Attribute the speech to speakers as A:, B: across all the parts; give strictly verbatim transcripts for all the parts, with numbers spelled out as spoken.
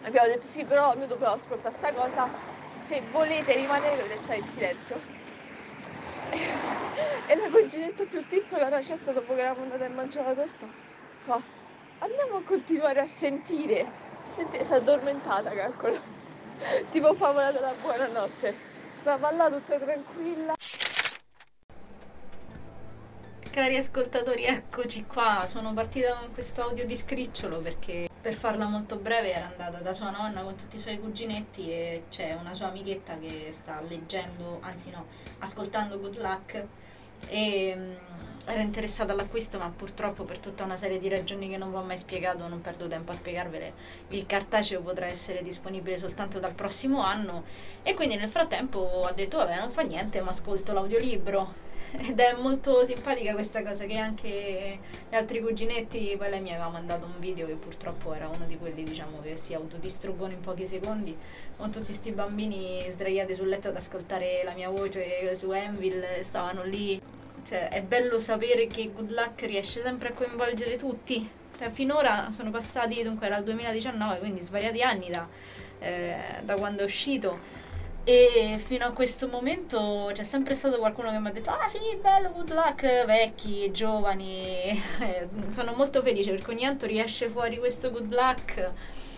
A: abbiamo detto sì, però noi dobbiamo ascoltare sta cosa, se volete rimanere dovete stare in silenzio. E la cuginetta più piccola, una certa, dopo che eravamo andate a mangiare la torta, fa: andiamo a continuare a sentire. Senti, si è addormentata, calcola. Tipo favola della buonanotte. Stava là tutta tranquilla.
B: Cari ascoltatori, eccoci qua. Sono partita con questo audio di scricciolo perché, per farla molto breve, era andata da sua nonna con tutti i suoi cuginetti e c'è una sua amichetta che sta leggendo, anzi no, ascoltando Good Luck e mm, era interessata all'acquisto, ma purtroppo per tutta una serie di ragioni che non vi ho mai spiegato, non perdo tempo a spiegarvele, il cartaceo potrà essere disponibile soltanto dal prossimo anno e quindi nel frattempo ha detto vabbè, non fa niente, ma ascolto l'audiolibro. Ed è molto simpatica questa cosa, che anche gli altri cuginetti, poi lei mi aveva mandato un video che purtroppo era uno di quelli, diciamo, che si autodistruggono in pochi secondi, con tutti sti bambini sdraiati sul letto ad ascoltare la mia voce su Anvil, stavano lì. Cioè, è bello sapere che Good Luck riesce sempre a coinvolgere tutti. Cioè, finora sono passati, dunque era il duemiladiciannove, quindi svariati anni da, eh, da quando è uscito, e fino a questo momento c'è sempre stato qualcuno che mi ha detto ah sì, bello Good Luck, vecchi, giovani. Sono molto felice perché ogni tanto riesce fuori questo Good Luck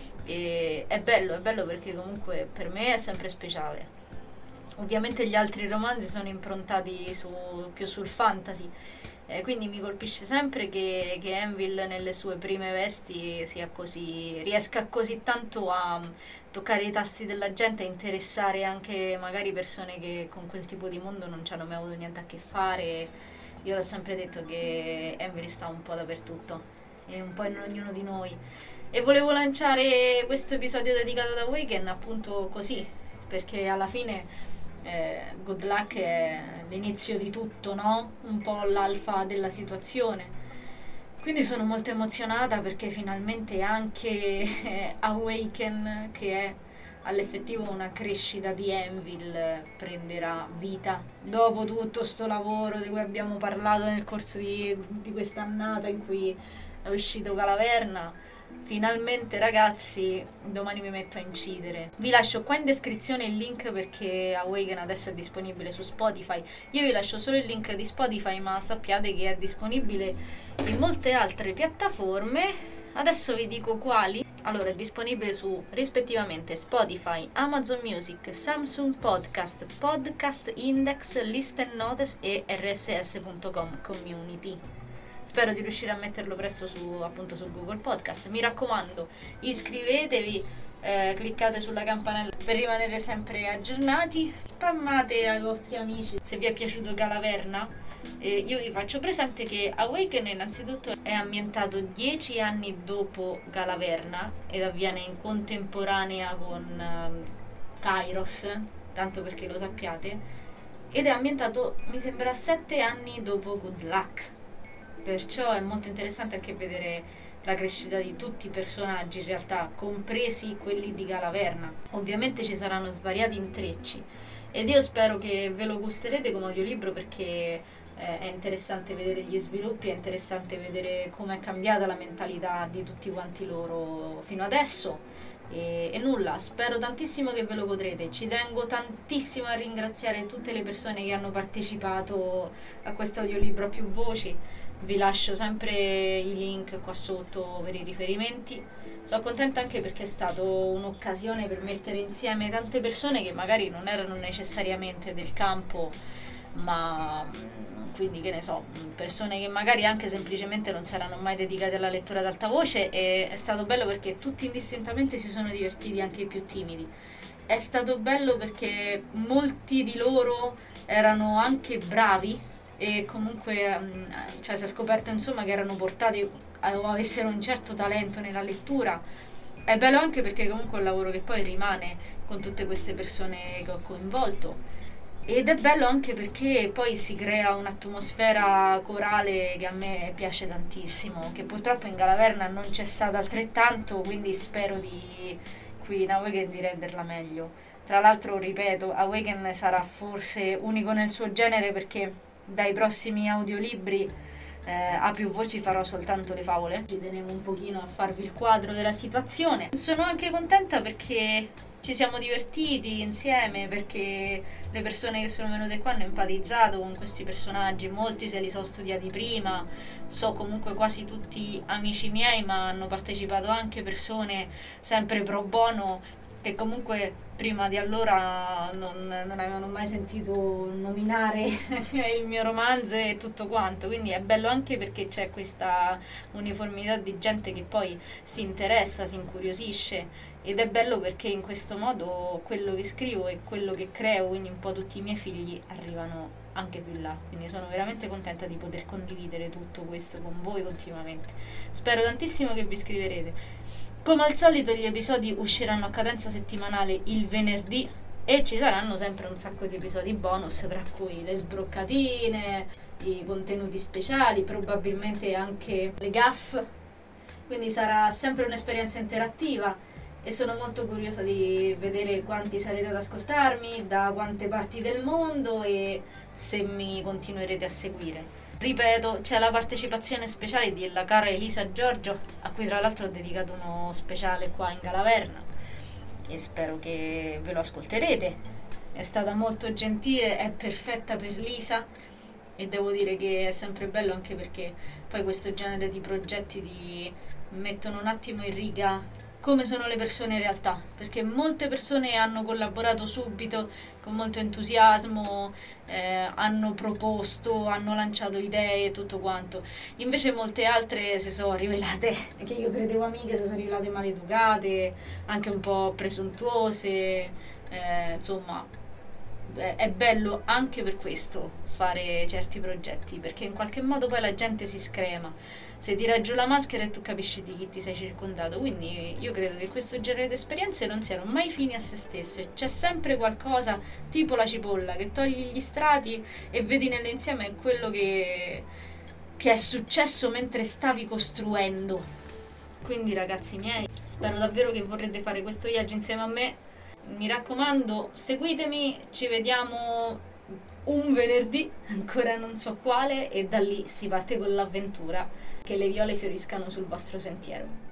B: e è bello, è bello perché comunque per me è sempre speciale. Ovviamente gli altri romanzi sono improntati su, più sul fantasy, eh, quindi mi colpisce sempre che, che Anvil nelle sue prime vesti sia così, riesca così tanto a toccare i tasti della gente, a interessare anche magari persone che con quel tipo di mondo non ci hanno mai avuto niente a che fare. Io l'ho sempre detto che Anvil sta un po' dappertutto, è un po' in ognuno di noi. E volevo lanciare questo episodio dedicato ad Awaken appunto così, perché alla fine eh, Good Luck è l'inizio di tutto, no? Un po' l'alfa della situazione. Quindi sono molto emozionata perché finalmente anche eh, Awaken, che è all'effettivo una crescita di Anvil, prenderà vita dopo tutto sto lavoro di cui abbiamo parlato nel corso di, di quest'annata in cui è uscito Calaverna. Finalmente ragazzi, domani mi metto a incidere. Vi lascio qua in descrizione il link perché Awaken adesso è disponibile su Spotify. Io vi lascio solo il link di Spotify, ma sappiate che è disponibile in molte altre piattaforme. Adesso vi dico quali. Allora, è disponibile su rispettivamente Spotify, Amazon Music, Samsung Podcast, Podcast Index, Listen Notes e R S S punto com Community. Spero di riuscire a metterlo presto su, appunto, su Google Podcast. Mi raccomando, iscrivetevi, eh, cliccate sulla campanella per rimanere sempre aggiornati, spammate ai vostri amici se vi è piaciuto Calaverna. Eh, io vi faccio presente che Awaken innanzitutto è ambientato dieci anni dopo Calaverna ed avviene in contemporanea con um, Kairos, tanto perché lo sappiate, ed è ambientato, mi sembra, sette anni dopo Good Luck. Perciò è molto interessante anche vedere la crescita di tutti i personaggi in realtà, compresi quelli di Calaverna. Ovviamente ci saranno svariati intrecci ed io spero che ve lo gusterete come audiolibro perché eh, è interessante vedere gli sviluppi, è interessante vedere come è cambiata la mentalità di tutti quanti loro fino adesso. E, e nulla, spero tantissimo che ve lo godrete. Ci tengo tantissimo a ringraziare tutte le persone che hanno partecipato a questo audiolibro a più voci. Vi lascio sempre i link qua sotto per i riferimenti. Sono contenta anche perché è stata un'occasione per mettere insieme tante persone che magari non erano necessariamente del campo, ma quindi che ne so, persone che magari anche semplicemente non si erano mai dedicate alla lettura ad alta voce, e è stato bello perché tutti indistintamente si sono divertiti, anche i più timidi. È stato bello perché molti di loro erano anche bravi e comunque um, cioè si è scoperto insomma che erano portati o avessero un certo talento nella lettura. È bello anche perché comunque è un lavoro che poi rimane con tutte queste persone che ho coinvolto, ed è bello anche perché poi si crea un'atmosfera corale che a me piace tantissimo, che purtroppo in Calaverna non c'è stata altrettanto, quindi spero di qui in Awaken di renderla meglio. Tra l'altro, ripeto, Awaken sarà forse unico nel suo genere perché dai prossimi audiolibri eh, a più voci farò soltanto le favole. Ci tenevo un pochino a farvi il quadro della situazione. Sono anche contenta perché ci siamo divertiti insieme, perché le persone che sono venute qua hanno empatizzato con questi personaggi, molti se li so studiati prima, so comunque quasi tutti amici miei, ma hanno partecipato anche persone sempre pro bono che comunque prima di allora non, non avevano mai sentito nominare il mio romanzo e tutto quanto, quindi è bello anche perché c'è questa uniformità di gente che poi si interessa, si incuriosisce, ed è bello perché in questo modo quello che scrivo e quello che creo, quindi un po' tutti i miei figli, arrivano anche più là, quindi sono veramente contenta di poter condividere tutto questo con voi continuamente. Spero tantissimo che vi iscriverete. Come al solito gli episodi usciranno a cadenza settimanale il venerdì e ci saranno sempre un sacco di episodi bonus, tra cui le sbroccatine, i contenuti speciali, probabilmente anche le gaff, quindi sarà sempre un'esperienza interattiva e sono molto curiosa di vedere quanti sarete ad ascoltarmi, da quante parti del mondo e se mi continuerete a seguire. Ripeto, c'è la partecipazione speciale della cara Elisa Giorgio, a cui tra l'altro ho dedicato uno speciale qua in Galaverna e spero che ve lo ascolterete. È stata molto gentile, è perfetta per Lisa e devo dire che è sempre bello anche perché poi questo genere di progetti ti mettono un attimo in riga come sono le persone in realtà, perché molte persone hanno collaborato subito con molto entusiasmo, eh, hanno proposto, hanno lanciato idee e tutto quanto, invece molte altre si sono rivelate, che io credevo amiche, si sono rivelate maleducate, anche un po' presuntuose, eh, insomma è, è bello anche per questo fare certi progetti, perché in qualche modo poi la gente si screma, se tira giù la maschera e tu capisci di chi ti sei circondato, quindi io credo che questo genere di esperienze non siano mai fini a se stesse, c'è sempre qualcosa, tipo la cipolla, che togli gli strati e vedi nell'insieme quello che, che è successo mentre stavi costruendo. Quindi ragazzi miei, spero davvero che vorrete fare questo viaggio insieme a me, mi raccomando seguitemi, ci vediamo un venerdì, ancora non so quale, e da lì si parte con l'avventura, che le viole fioriscano sul vostro sentiero.